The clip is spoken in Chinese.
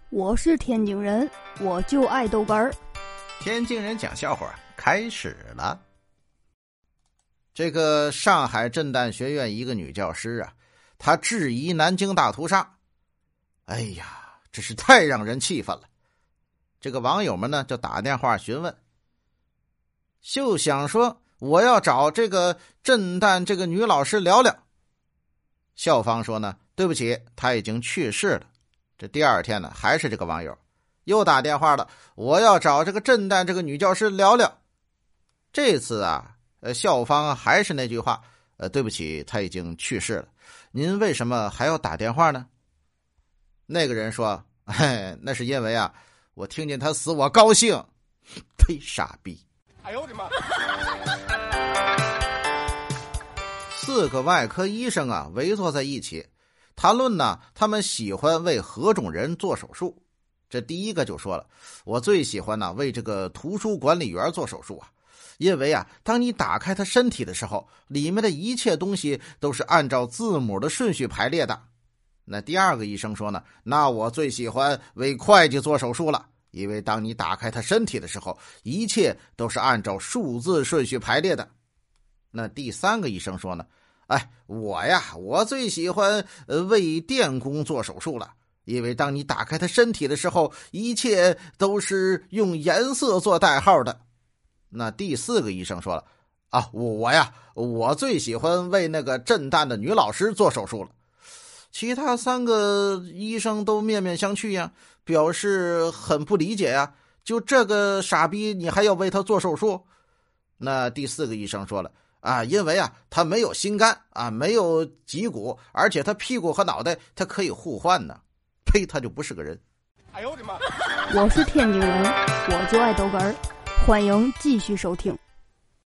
我是天津人，我就爱豆干儿。 天津人讲笑话开始了。这个上海震旦学院一个女教师啊，她质疑南京大屠杀。哎呀，真是太让人气愤了。这个网友们呢就打电话询问，就想说我要找这个震旦这个女老师聊聊。校方说呢，对不起，她已经去世了。这第二天呢，还是这个网友又打电话了，我要找这个震旦这个女教师聊聊。这次啊，校方还是那句话，对不起，她已经去世了，您为什么还要打电话呢？那个人说，那是因为啊，我听见她死我高兴。忒傻逼。哎呦我的妈！4个外科医生啊围坐在一起谈论呢，他们喜欢为何种人做手术。这第一个就说了，我最喜欢呢为这个图书管理员做手术啊，因为啊，当你打开他身体的时候，里面的一切东西都是按照字母的顺序排列的。那第二个医生说呢，那我最喜欢为会计做手术了，因为当你打开他身体的时候，一切都是按照数字顺序排列的。那第三个医生说呢，我最喜欢为电工做手术了，因为当你打开他身体的时候，一切都是用颜色做代号的。那第4个医生说了，我最喜欢为那个震旦的女老师做手术了。其他3个医生都面面相觑呀，表示很不理解呀，就这个傻逼你还要为他做手术？那第4个医生说了，因为啊，他没有心肝啊，没有脊骨，而且他屁股和脑袋他可以互换呢。呸，他就不是个人。哎呦我的妈！ 我是天津人，我就爱豆干儿。欢迎继续收听。